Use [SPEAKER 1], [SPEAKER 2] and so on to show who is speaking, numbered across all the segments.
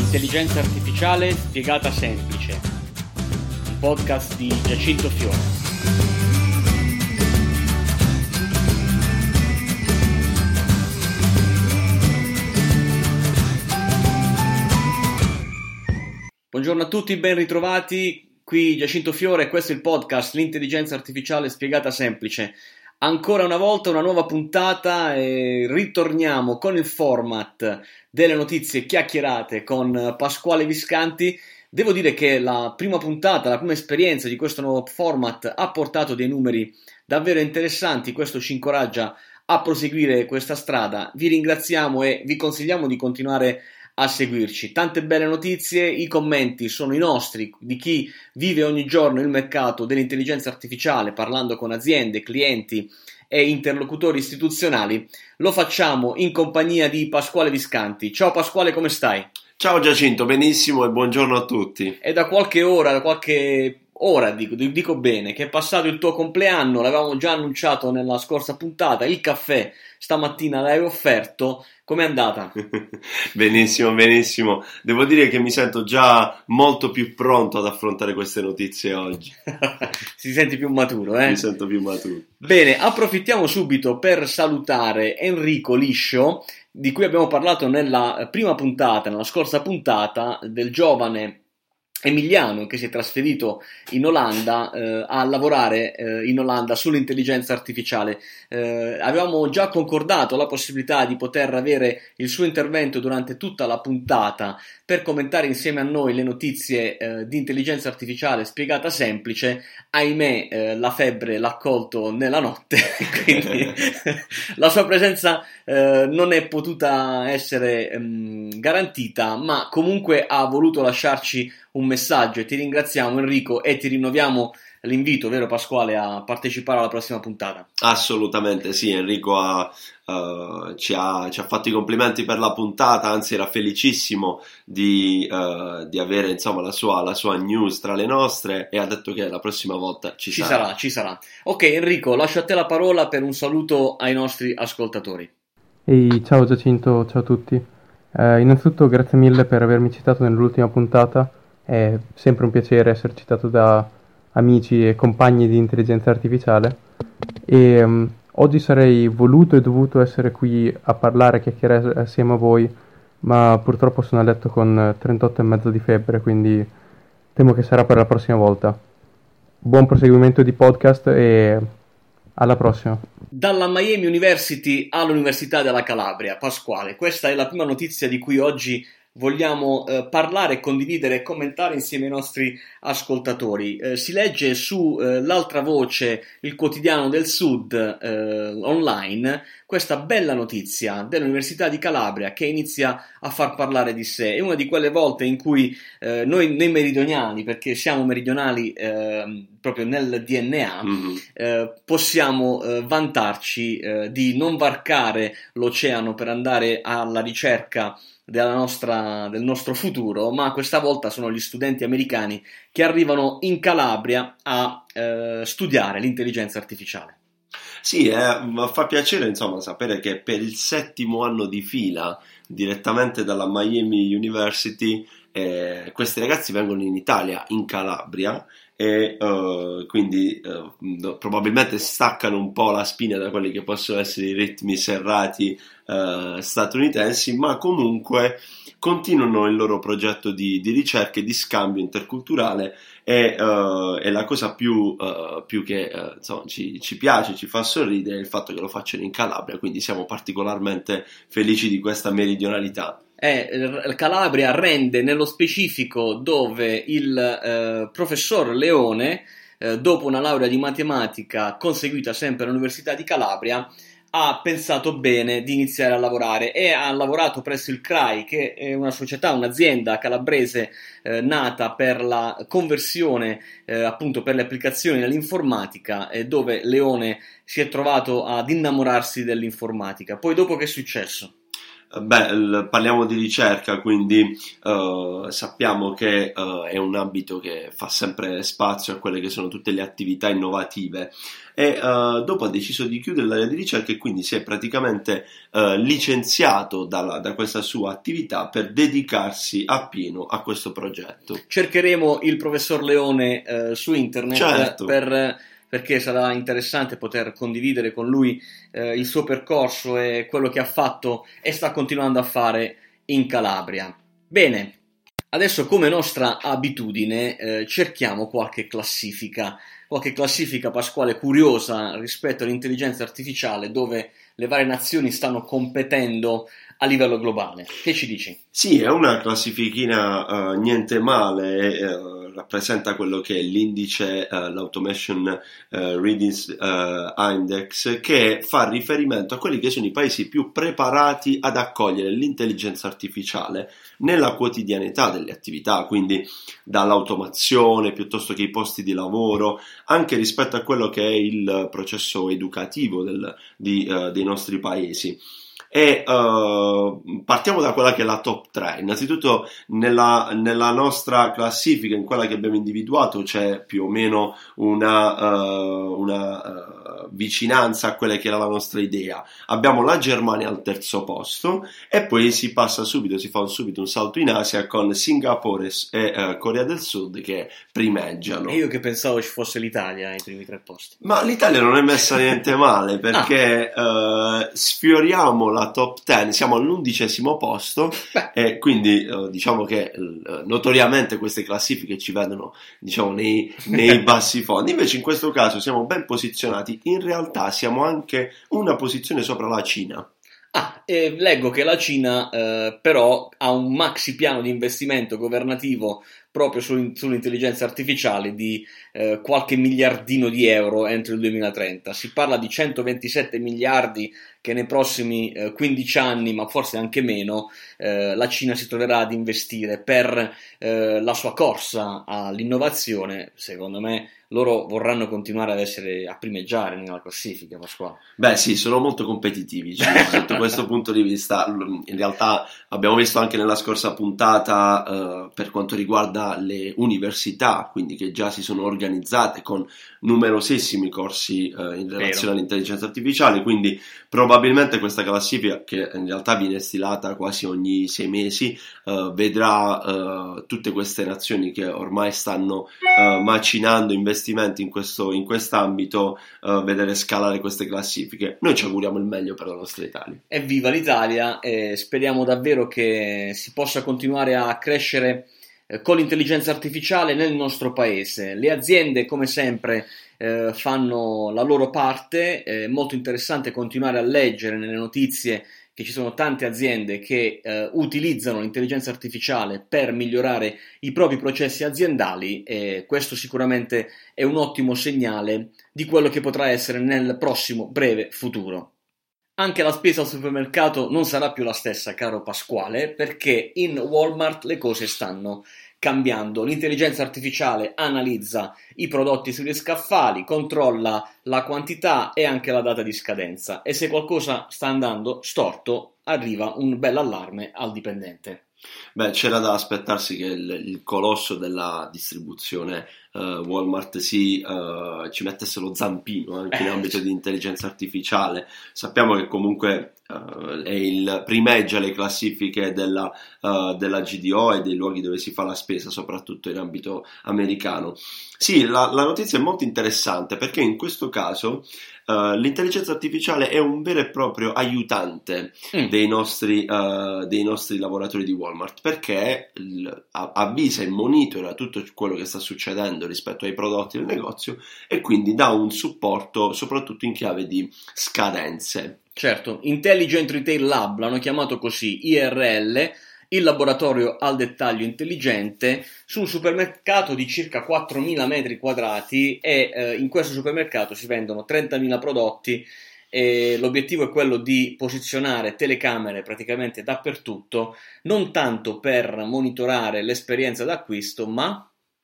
[SPEAKER 1] Intelligenza artificiale spiegata semplice, un podcast di Giacinto Fiore. Buongiorno a tutti, ben ritrovati, qui Giacinto Fiore, questo è il podcast L'intelligenza artificiale spiegata semplice. Ancora una volta una nuova puntata e ritorniamo con il format delle notizie chiacchierate con Pasquale Viscanti. Devo dire che la prima puntata, la prima esperienza di questo nuovo format ha portato dei numeri davvero interessanti, questo ci incoraggia a proseguire questa strada. Vi ringraziamo e vi consigliamo di continuare a seguirci. Tante belle notizie, i commenti sono i nostri, di chi vive ogni giorno il mercato dell'intelligenza artificiale, parlando con aziende, clienti e interlocutori istituzionali. Lo facciamo in compagnia di Pasquale Viscanti. Ciao Pasquale, come stai?
[SPEAKER 2] Ciao Giacinto, benissimo e buongiorno a tutti.
[SPEAKER 1] È da qualche ora, dico bene, che è passato il tuo compleanno, l'avevamo già annunciato nella scorsa puntata, il caffè stamattina l'hai offerto, com'è andata?
[SPEAKER 2] Benissimo, benissimo, devo dire che mi sento già molto più pronto ad affrontare queste notizie oggi.
[SPEAKER 1] Si sente più maturo, eh?
[SPEAKER 2] Mi sento più maturo.
[SPEAKER 1] Bene, approfittiamo subito per salutare Enrico Liscio, di cui abbiamo parlato nella prima puntata, nella scorsa puntata, del giovane Emiliano che si è trasferito in Olanda a lavorare in Olanda sull'intelligenza artificiale. Avevamo già concordato la possibilità di poter avere il suo intervento durante tutta la puntata per commentare insieme a noi le notizie di intelligenza artificiale spiegata semplice. Ahimè, la febbre l'ha colto nella notte, quindi la sua presenza non è potuta essere garantita, ma comunque ha voluto lasciarci un messaggio e ti ringraziamo Enrico e ti rinnoviamo l'invito, vero Pasquale, a partecipare alla prossima puntata.
[SPEAKER 2] Assolutamente sì, Enrico ci ha fatto i complimenti per la puntata, anzi era felicissimo di avere insomma la sua news tra le nostre e ha detto che la prossima volta ci sarà.
[SPEAKER 1] Ci sarà. Ok Enrico, lascio a te la parola per un saluto ai nostri ascoltatori.
[SPEAKER 3] Ehi, ciao Giacinto, ciao a tutti. Innanzitutto grazie mille per avermi citato nell'ultima puntata. È sempre un piacere essere citato da amici e compagni di intelligenza artificiale e oggi sarei voluto e dovuto essere qui a parlare, a chiacchierare assieme a voi, ma purtroppo sono a letto con 38,5 di febbre, quindi temo che sarà per la prossima volta. Buon proseguimento di podcast e alla prossima.
[SPEAKER 1] Dalla Miami University all'Università della Calabria, Pasquale, questa è la prima notizia di cui oggi vogliamo parlare, condividere e commentare insieme ai nostri ascoltatori. Si legge su l'altra voce, il quotidiano del Sud online, questa bella notizia dell'Università di Calabria che inizia a far parlare di sé. È una di quelle volte in cui noi meridionali, perché siamo meridionali proprio nel DNA, possiamo vantarci di non varcare l'oceano per andare alla ricerca del nostro futuro, ma questa volta sono gli studenti americani che arrivano in Calabria a studiare l'intelligenza artificiale.
[SPEAKER 2] Sì, fa piacere insomma sapere che per il 7° anno di fila, direttamente dalla Miami University, questi ragazzi vengono in Italia, in Calabria, e quindi probabilmente staccano un po' la spina da quelli che possono essere i ritmi serrati statunitensi, ma comunque continuano il loro progetto di ricerca e di scambio interculturale e la cosa più che insomma, ci piace, ci fa sorridere è il fatto che lo facciano in Calabria, quindi siamo particolarmente felici di questa meridionalità.
[SPEAKER 1] Calabria rende nello specifico dove il professor Leone, dopo una laurea di matematica conseguita sempre all'Università di Calabria, ha pensato bene di iniziare a lavorare e ha lavorato presso il CRAI, che è una società, un'azienda calabrese nata per la conversione appunto per le applicazioni nell'informatica, dove Leone si è trovato ad innamorarsi dell'informatica. Poi dopo che è successo?
[SPEAKER 2] Parliamo di ricerca, quindi sappiamo che è un ambito che fa sempre spazio a quelle che sono tutte le attività innovative e dopo ha deciso di chiudere l'area di ricerca e quindi si è praticamente licenziato da questa sua attività per dedicarsi appieno a questo progetto.
[SPEAKER 1] Cercheremo il professor Leone su internet,
[SPEAKER 2] certo,
[SPEAKER 1] perché sarà interessante poter condividere con lui il suo percorso e quello che ha fatto e sta continuando a fare in Calabria. Bene, adesso come nostra abitudine cerchiamo qualche classifica Pasquale curiosa rispetto all'intelligenza artificiale, dove le varie nazioni stanno competendo a livello globale. Che ci dici?
[SPEAKER 2] Sì, è una classifichina niente male, rappresenta quello che è l'indice, l'Automation Readiness Index, che fa riferimento a quelli che sono i paesi più preparati ad accogliere l'intelligenza artificiale nella quotidianità delle attività, quindi dall'automazione piuttosto che i posti di lavoro, anche rispetto a quello che è il processo educativo dei nostri paesi. E partiamo da quella che è la top 3. Innanzitutto nella nostra classifica, in quella che abbiamo individuato, c'è più o meno una vicinanza a quella che era la nostra idea. Abbiamo la Germania al terzo posto e poi si fa subito un salto in Asia con Singapore e Corea del Sud che primeggiano.
[SPEAKER 1] E io che pensavo ci fosse l'Italia ai primi 3 posti.
[SPEAKER 2] Ma l'Italia non è messa niente male, perché sfioriamo la top 10, siamo all'11° posto. E quindi diciamo che notoriamente queste classifiche ci vedono, diciamo, nei bassi fondi. Invece in questo caso siamo ben posizionati, in realtà siamo anche una posizione sopra la Cina.
[SPEAKER 1] Leggo che la Cina però ha un maxi piano di investimento governativo proprio sull'intelligenza artificiale di qualche miliardino di euro entro il 2030. Si parla di 127 miliardi che nei prossimi 15 anni, ma forse anche meno, la Cina si troverà ad investire per la sua corsa all'innovazione. Secondo me loro vorranno continuare ad essere a primeggiare nella classifica, Pasquale.
[SPEAKER 2] Beh sì, sono molto competitivi, cioè, sotto questo punto di vista. In realtà abbiamo visto anche nella scorsa puntata per quanto riguarda le università, quindi che già si sono organizzate con numerosissimi corsi in relazione all'intelligenza artificiale, quindi probabilmente questa classifica, che in realtà viene stilata quasi ogni 6 mesi, vedrà tutte queste nazioni che ormai stanno macinando investimenti in quest'ambito vedere scalare queste classifiche. Noi ci auguriamo il meglio per la nostra Italia.
[SPEAKER 1] Evviva l'Italia e speriamo davvero che si possa continuare a crescere con l'intelligenza artificiale nel nostro paese. Le aziende, come sempre, fanno la loro parte. È molto interessante continuare a leggere nelle notizie che ci sono tante aziende che utilizzano l'intelligenza artificiale per migliorare i propri processi aziendali, e questo sicuramente è un ottimo segnale di quello che potrà essere nel prossimo breve futuro. Anche la spesa al supermercato non sarà più la stessa, caro Pasquale, perché in Walmart le cose stanno cambiando. L'intelligenza artificiale analizza i prodotti sugli scaffali, controlla la quantità e anche la data di scadenza, e se qualcosa sta andando storto arriva un bel allarme al dipendente.
[SPEAKER 2] Beh, c'era da aspettarsi che il colosso della distribuzione Walmart ci mettesse lo zampino anche in ambito di intelligenza artificiale. Sappiamo che comunque primeggia le classifiche della GDO e dei luoghi dove si fa la spesa, soprattutto in ambito americano. Sì, la notizia è molto interessante perché in questo caso l'intelligenza artificiale è un vero e proprio aiutante dei nostri lavoratori di Walmart, perché avvisa e monitora tutto quello che sta succedendo rispetto ai prodotti del negozio e quindi dà un supporto soprattutto in chiave di scadenze.
[SPEAKER 1] Certo, Intelligent Retail Lab, l'hanno chiamato così, IRL, il laboratorio al dettaglio intelligente, su un supermercato di circa 4.000 metri quadrati e in questo supermercato si vendono 30.000 prodotti e l'obiettivo è quello di posizionare telecamere praticamente dappertutto, non tanto per monitorare l'esperienza d'acquisto, ma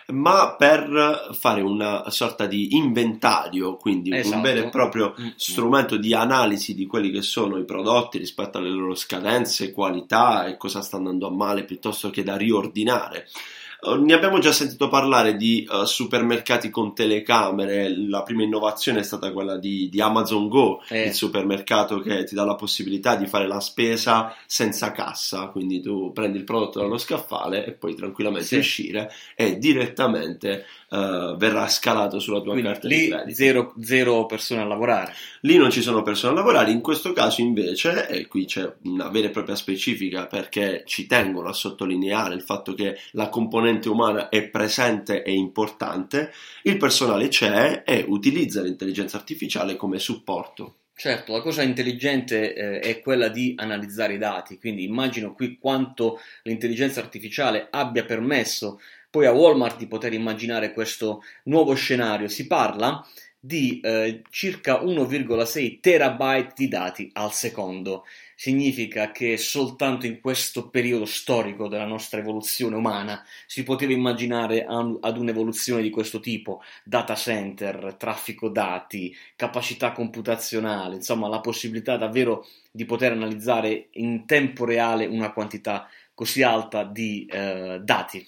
[SPEAKER 2] ma per fare una sorta di inventario, quindi
[SPEAKER 1] Esatto.
[SPEAKER 2] un vero e proprio strumento di analisi di quelli che sono i prodotti rispetto alle loro scadenze, qualità e cosa sta andando a male, piuttosto che da riordinare. Ne abbiamo già sentito parlare di supermercati con telecamere. La prima innovazione è stata quella di Amazon Go, il supermercato che ti dà la possibilità di fare la spesa senza cassa, quindi tu prendi il prodotto dallo scaffale e puoi tranquillamente uscire e direttamente verrà scalato sulla tua carta di credito.
[SPEAKER 1] Zero persone a lavorare.
[SPEAKER 2] Lì non ci sono persone a lavorare, in questo caso invece, e qui c'è una vera e propria specifica perché ci tengono a sottolineare il fatto che la componente umana è presente e importante, il personale c'è e utilizza l'intelligenza artificiale come supporto.
[SPEAKER 1] Certo, la cosa intelligente è quella di analizzare i dati, quindi immagino qui quanto l'intelligenza artificiale abbia permesso poi a Walmart di poter immaginare questo nuovo scenario. Si parla di circa 1,6 terabyte di dati al secondo. Significa che soltanto in questo periodo storico della nostra evoluzione umana si poteva immaginare ad un'evoluzione di questo tipo: data center, traffico dati, capacità computazionale, insomma la possibilità davvero di poter analizzare in tempo reale una quantità così alta di dati.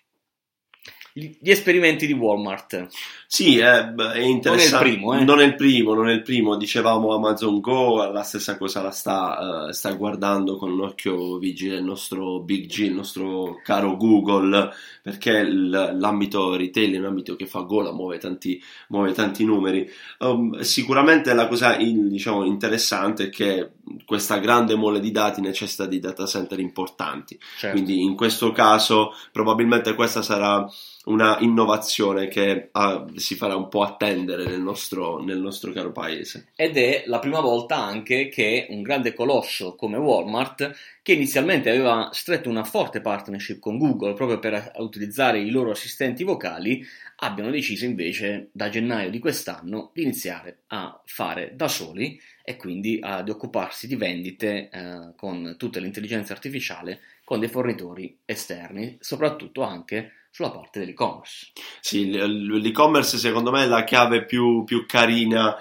[SPEAKER 1] Gli esperimenti di Walmart.
[SPEAKER 2] Sì, è interessante.
[SPEAKER 1] Non è il primo,
[SPEAKER 2] Non è il primo. Dicevamo Amazon Go, la stessa cosa la sta guardando con un occhio vigile il nostro Big G, il nostro caro Google, perché l'ambito retail è un ambito che fa gola, muove tanti numeri. Sicuramente la cosa interessante è che questa grande mole di dati necessita di data center importanti.
[SPEAKER 1] Certo.
[SPEAKER 2] Quindi in questo caso probabilmente questa sarà una innovazione che si farà un po' attendere nel nostro caro paese.
[SPEAKER 1] Ed è la prima volta anche che un grande colosso come Walmart, che inizialmente aveva stretto una forte partnership con Google proprio per utilizzare i loro assistenti vocali, abbiano deciso invece da gennaio di quest'anno di iniziare a fare da soli e quindi ad occuparsi di vendite con tutta l'intelligenza artificiale con dei fornitori esterni, soprattutto anche sulla parte dell'e-commerce.
[SPEAKER 2] Sì, l'e-commerce secondo me è la chiave più carina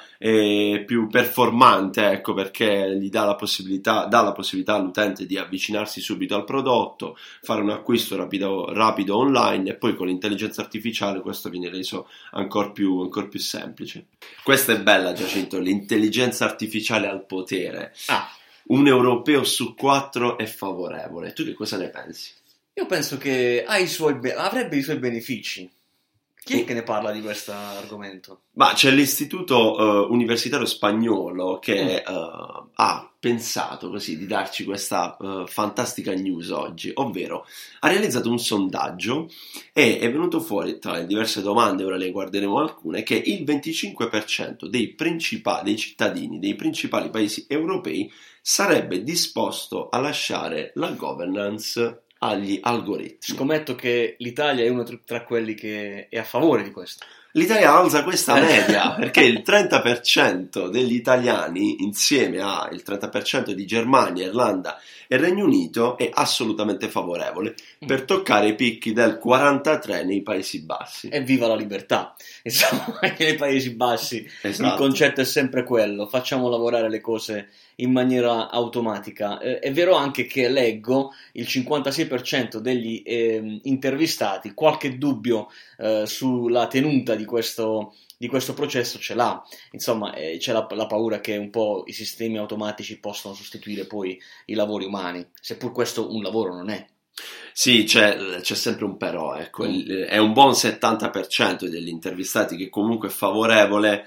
[SPEAKER 2] e più performante, ecco, perché gli dà la possibilità all'utente di avvicinarsi subito al prodotto, fare un acquisto rapido online e poi con l'intelligenza artificiale questo viene reso ancora più semplice. Questa è bella, Giacinto, l'intelligenza artificiale al potere. Un europeo su 4 è favorevole. Tu che cosa ne pensi?
[SPEAKER 1] Io penso che avrebbe i suoi benefici. Chi è che ne parla di questo argomento?
[SPEAKER 2] Ma c'è l'istituto universitario spagnolo che ha pensato così di darci questa fantastica news oggi, ovvero ha realizzato un sondaggio e è venuto fuori tra le diverse domande, ora le guarderemo alcune, che il 25% dei cittadini dei principali paesi europei sarebbe disposto a lasciare la governance agli algoritmi.
[SPEAKER 1] Scommetto che l'Italia è uno tra quelli che è a favore di questo.
[SPEAKER 2] L'Italia alza questa media perché il 30% degli italiani insieme al 30% di Germania, Irlanda e Regno Unito è assolutamente favorevole, per toccare i picchi del 43% nei Paesi Bassi.
[SPEAKER 1] Evviva la libertà! Insomma, anche nei Paesi Bassi
[SPEAKER 2] esatto.
[SPEAKER 1] Il concetto è sempre quello: facciamo lavorare le cose in maniera automatica. È vero anche che leggo il 56% degli intervistati qualche dubbio sulla tenuta di questo processo ce l'ha. Insomma, c'è la paura che un po' i sistemi automatici possano sostituire poi i lavori umani, seppur questo un lavoro non è.
[SPEAKER 2] Sì, c'è sempre un però, ecco, è un buon 70% degli intervistati che comunque è favorevole,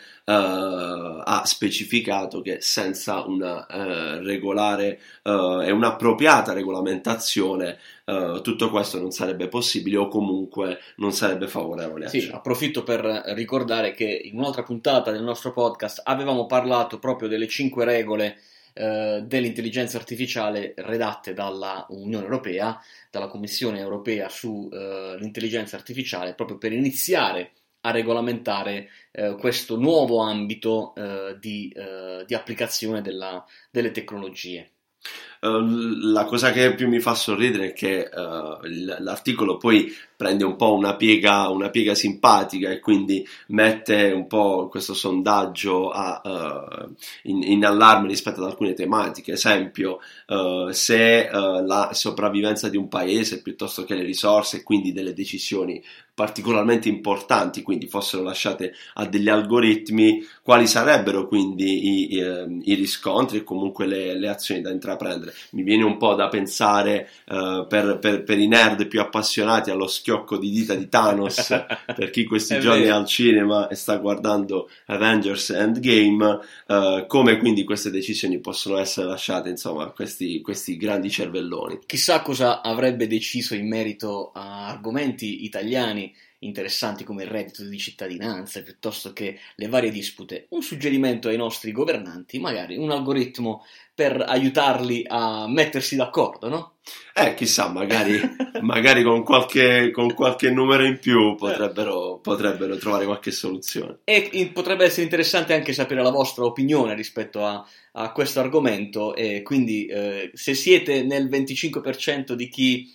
[SPEAKER 2] ha specificato che senza una regolare e un'appropriata regolamentazione tutto questo non sarebbe possibile o comunque non sarebbe favorevole a
[SPEAKER 1] Sì,
[SPEAKER 2] ciò.
[SPEAKER 1] approfitto per ricordare che in un'altra puntata del nostro podcast avevamo parlato proprio delle 5 regole dell'intelligenza artificiale redatte dalla Unione Europea, dalla Commissione Europea su l'intelligenza artificiale, proprio per iniziare a regolamentare questo nuovo ambito di applicazione delle tecnologie.
[SPEAKER 2] La cosa che più mi fa sorridere è che l'articolo poi prende un po' una piega simpatica e quindi mette un po' questo sondaggio in allarme rispetto ad alcune tematiche. Esempio, se la sopravvivenza di un paese piuttosto che le risorse e quindi delle decisioni particolarmente importanti quindi fossero lasciate a degli algoritmi, quali sarebbero quindi i riscontri e comunque le azioni da intraprendere. Mi viene un po' da pensare per i nerd più appassionati allo schiocco di dita di Thanos per chi questi giorni è al cinema e sta guardando Avengers Endgame, come quindi queste decisioni possono essere lasciate insomma a questi grandi cervelloni.
[SPEAKER 1] Chissà cosa avrebbe deciso in merito a argomenti italiani interessanti come il reddito di cittadinanza piuttosto che le varie dispute. Un suggerimento ai nostri governanti, magari un algoritmo per aiutarli a mettersi d'accordo, no?
[SPEAKER 2] Chissà, magari con qualche numero in più potrebbero trovare qualche soluzione.
[SPEAKER 1] E potrebbe essere interessante anche sapere la vostra opinione rispetto a questo argomento, e quindi se siete nel 25% di chi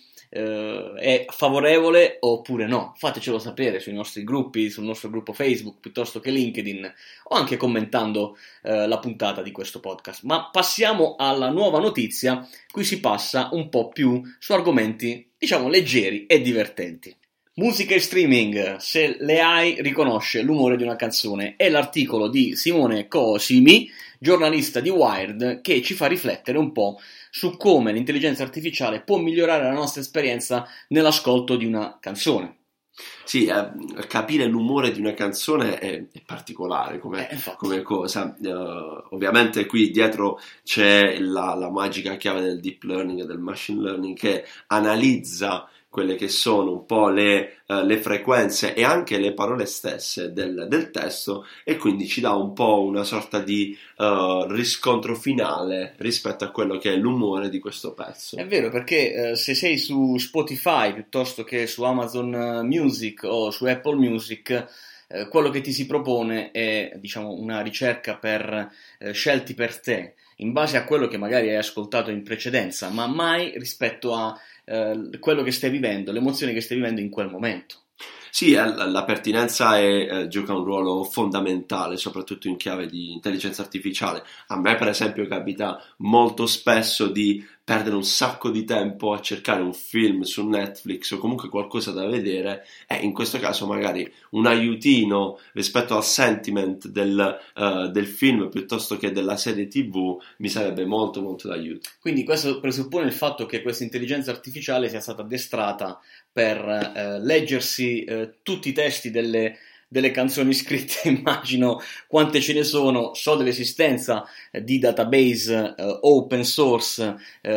[SPEAKER 1] è favorevole oppure no, fatecelo sapere sui nostri gruppi, sul nostro gruppo Facebook piuttosto che LinkedIn, o anche commentando la puntata di questo podcast. Ma passiamo alla nuova notizia. Qui si passa un po' più su argomenti, diciamo, leggeri e divertenti. Musica e streaming, se l'AI riconosce l'umore di una canzone, è l'articolo di Simone Cosimi, giornalista di Wired, che ci fa riflettere un po' su come l'intelligenza artificiale può migliorare la nostra esperienza nell'ascolto di una canzone.
[SPEAKER 2] Sì, capire l'umore di una canzone è particolare come cosa. Ovviamente qui dietro c'è la magica chiave del deep learning e del machine learning che analizza quelle che sono un po' le frequenze e anche le parole stesse del testo, e quindi ci dà un po' una sorta di riscontro finale rispetto a quello che è l'umore di questo pezzo.
[SPEAKER 1] È vero, perché se sei su Spotify piuttosto che su Amazon Music o su Apple Music, quello che ti si propone è, diciamo, una ricerca scelti per te, in base a quello che magari hai ascoltato in precedenza, ma mai rispetto a quello che stai vivendo, le emozioni che stai vivendo in quel momento.
[SPEAKER 2] Sì, la pertinenza gioca un ruolo fondamentale, soprattutto in chiave di intelligenza artificiale. A me, per esempio, capita molto spesso di perdere un sacco di tempo a cercare un film su Netflix o comunque qualcosa da vedere, e in questo caso magari un aiutino rispetto al sentiment del film piuttosto che della serie TV mi sarebbe molto molto d'aiuto.
[SPEAKER 1] Quindi questo presuppone il fatto che questa intelligenza artificiale sia stata addestrata per leggersi tutti i testi delle canzoni scritte. Immagino quante ce ne sono, so dell'esistenza di database open source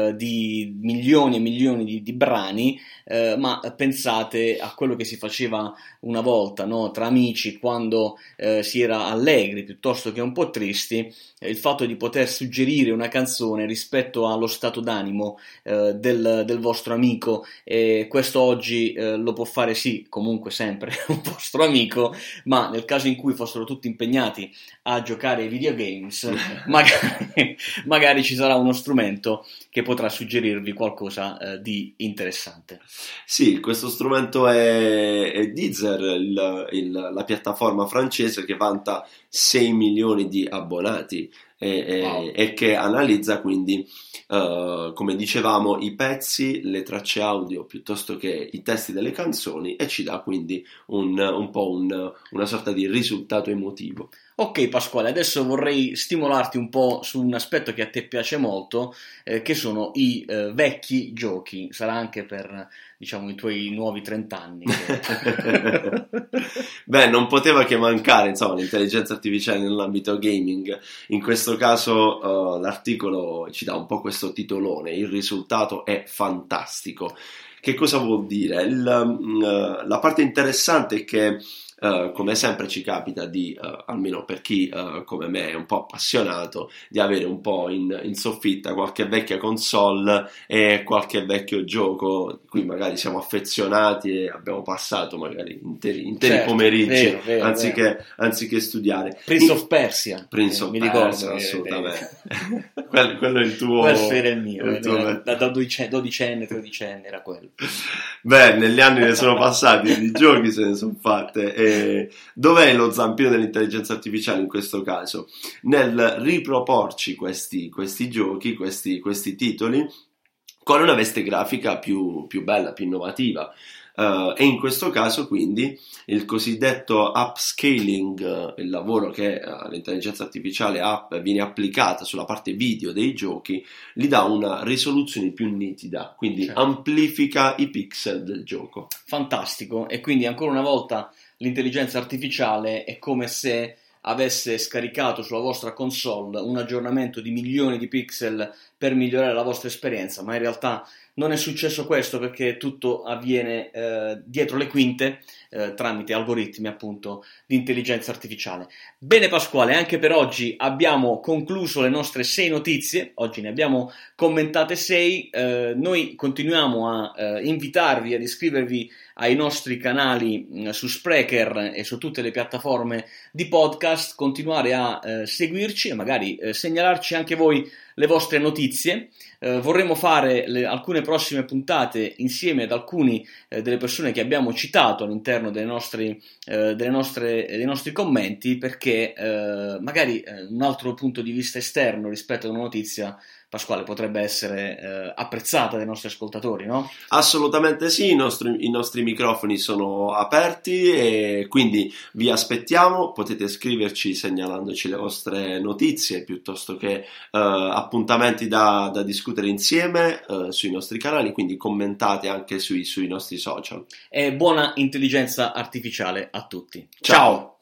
[SPEAKER 1] di milioni e milioni di brani, ma pensate a quello che si faceva una volta, no? Tra amici, quando si era allegri piuttosto che un po' tristi, il fatto di poter suggerire una canzone rispetto allo stato d'animo del vostro amico, e questo oggi lo può fare sì, comunque sempre un vostro amico, ma nel caso in cui fossero tutti impegnati a giocare ai videogames, magari ci sarà uno strumento che potrà suggerirvi qualcosa di interessante.
[SPEAKER 2] Sì, questo strumento è Deezer, la piattaforma francese che vanta 6 milioni di abbonati e che analizza quindi, come dicevamo, i pezzi, le tracce audio piuttosto che i testi delle canzoni, e ci dà quindi un po' una sorta di risultato emotivo.
[SPEAKER 1] Ok Pasquale, adesso vorrei stimolarti un po' su un aspetto che a te piace molto, che sono i vecchi giochi. Sarà anche per, diciamo, i tuoi nuovi 30 anni.
[SPEAKER 2] Beh, non poteva che mancare, insomma, l'intelligenza artificiale nell'ambito gaming. In questo caso l'articolo ci dà un po' questo titolone: il risultato è fantastico. Che cosa vuol dire? La parte interessante è che come sempre ci capita di, almeno per chi come me è un po' appassionato, di avere un po' in soffitta qualche vecchia console e qualche vecchio gioco di cui magari siamo affezionati e abbiamo passato magari interi
[SPEAKER 1] Certo,
[SPEAKER 2] pomeriggi
[SPEAKER 1] vero.
[SPEAKER 2] anziché studiare.
[SPEAKER 1] Prince of Persia,
[SPEAKER 2] Prince of
[SPEAKER 1] mi
[SPEAKER 2] Persia,
[SPEAKER 1] ricordo,
[SPEAKER 2] assolutamente. Quello è il tuo...
[SPEAKER 1] Questo era il mio,
[SPEAKER 2] il tuo...
[SPEAKER 1] da 12enne, 13enne era quello.
[SPEAKER 2] Beh, negli anni ne sono passati di giochi, se ne sono fatte. E dov'è lo zampino dell'intelligenza artificiale in questo caso? Nel riproporci questi giochi, questi titoli, con una veste grafica più bella, più innovativa. E in questo caso quindi il cosiddetto upscaling, il lavoro che l'intelligenza artificiale viene applicata sulla parte video dei giochi, gli dà una risoluzione più nitida, quindi
[SPEAKER 1] certo,
[SPEAKER 2] amplifica i pixel del gioco.
[SPEAKER 1] Fantastico, e quindi ancora una volta l'intelligenza artificiale è come se avesse scaricato sulla vostra console un aggiornamento di milioni di pixel per migliorare la vostra esperienza, ma in realtà non è successo questo, perché tutto avviene dietro le quinte tramite algoritmi appunto di intelligenza artificiale. Bene Pasquale, anche per oggi abbiamo concluso le nostre 6 notizie, oggi ne abbiamo commentate 6, noi continuiamo a invitarvi ad iscrivervi ai nostri canali su Spreaker e su tutte le piattaforme di podcast, continuare a seguirci e magari segnalarci anche voi le vostre notizie. Vorremmo fare alcune prossime puntate insieme ad alcuni delle persone che abbiamo citato all'interno dei nostri commenti, perché magari un altro punto di vista esterno rispetto ad una notizia, Pasquale, potrebbe essere apprezzata dai nostri ascoltatori, no?
[SPEAKER 2] Assolutamente sì, i nostri microfoni sono aperti e quindi vi aspettiamo, potete scriverci segnalandoci le vostre notizie piuttosto che appuntamenti da discutere insieme sui nostri canali, quindi commentate anche sui nostri social.
[SPEAKER 1] E buona intelligenza artificiale a tutti.
[SPEAKER 2] Ciao.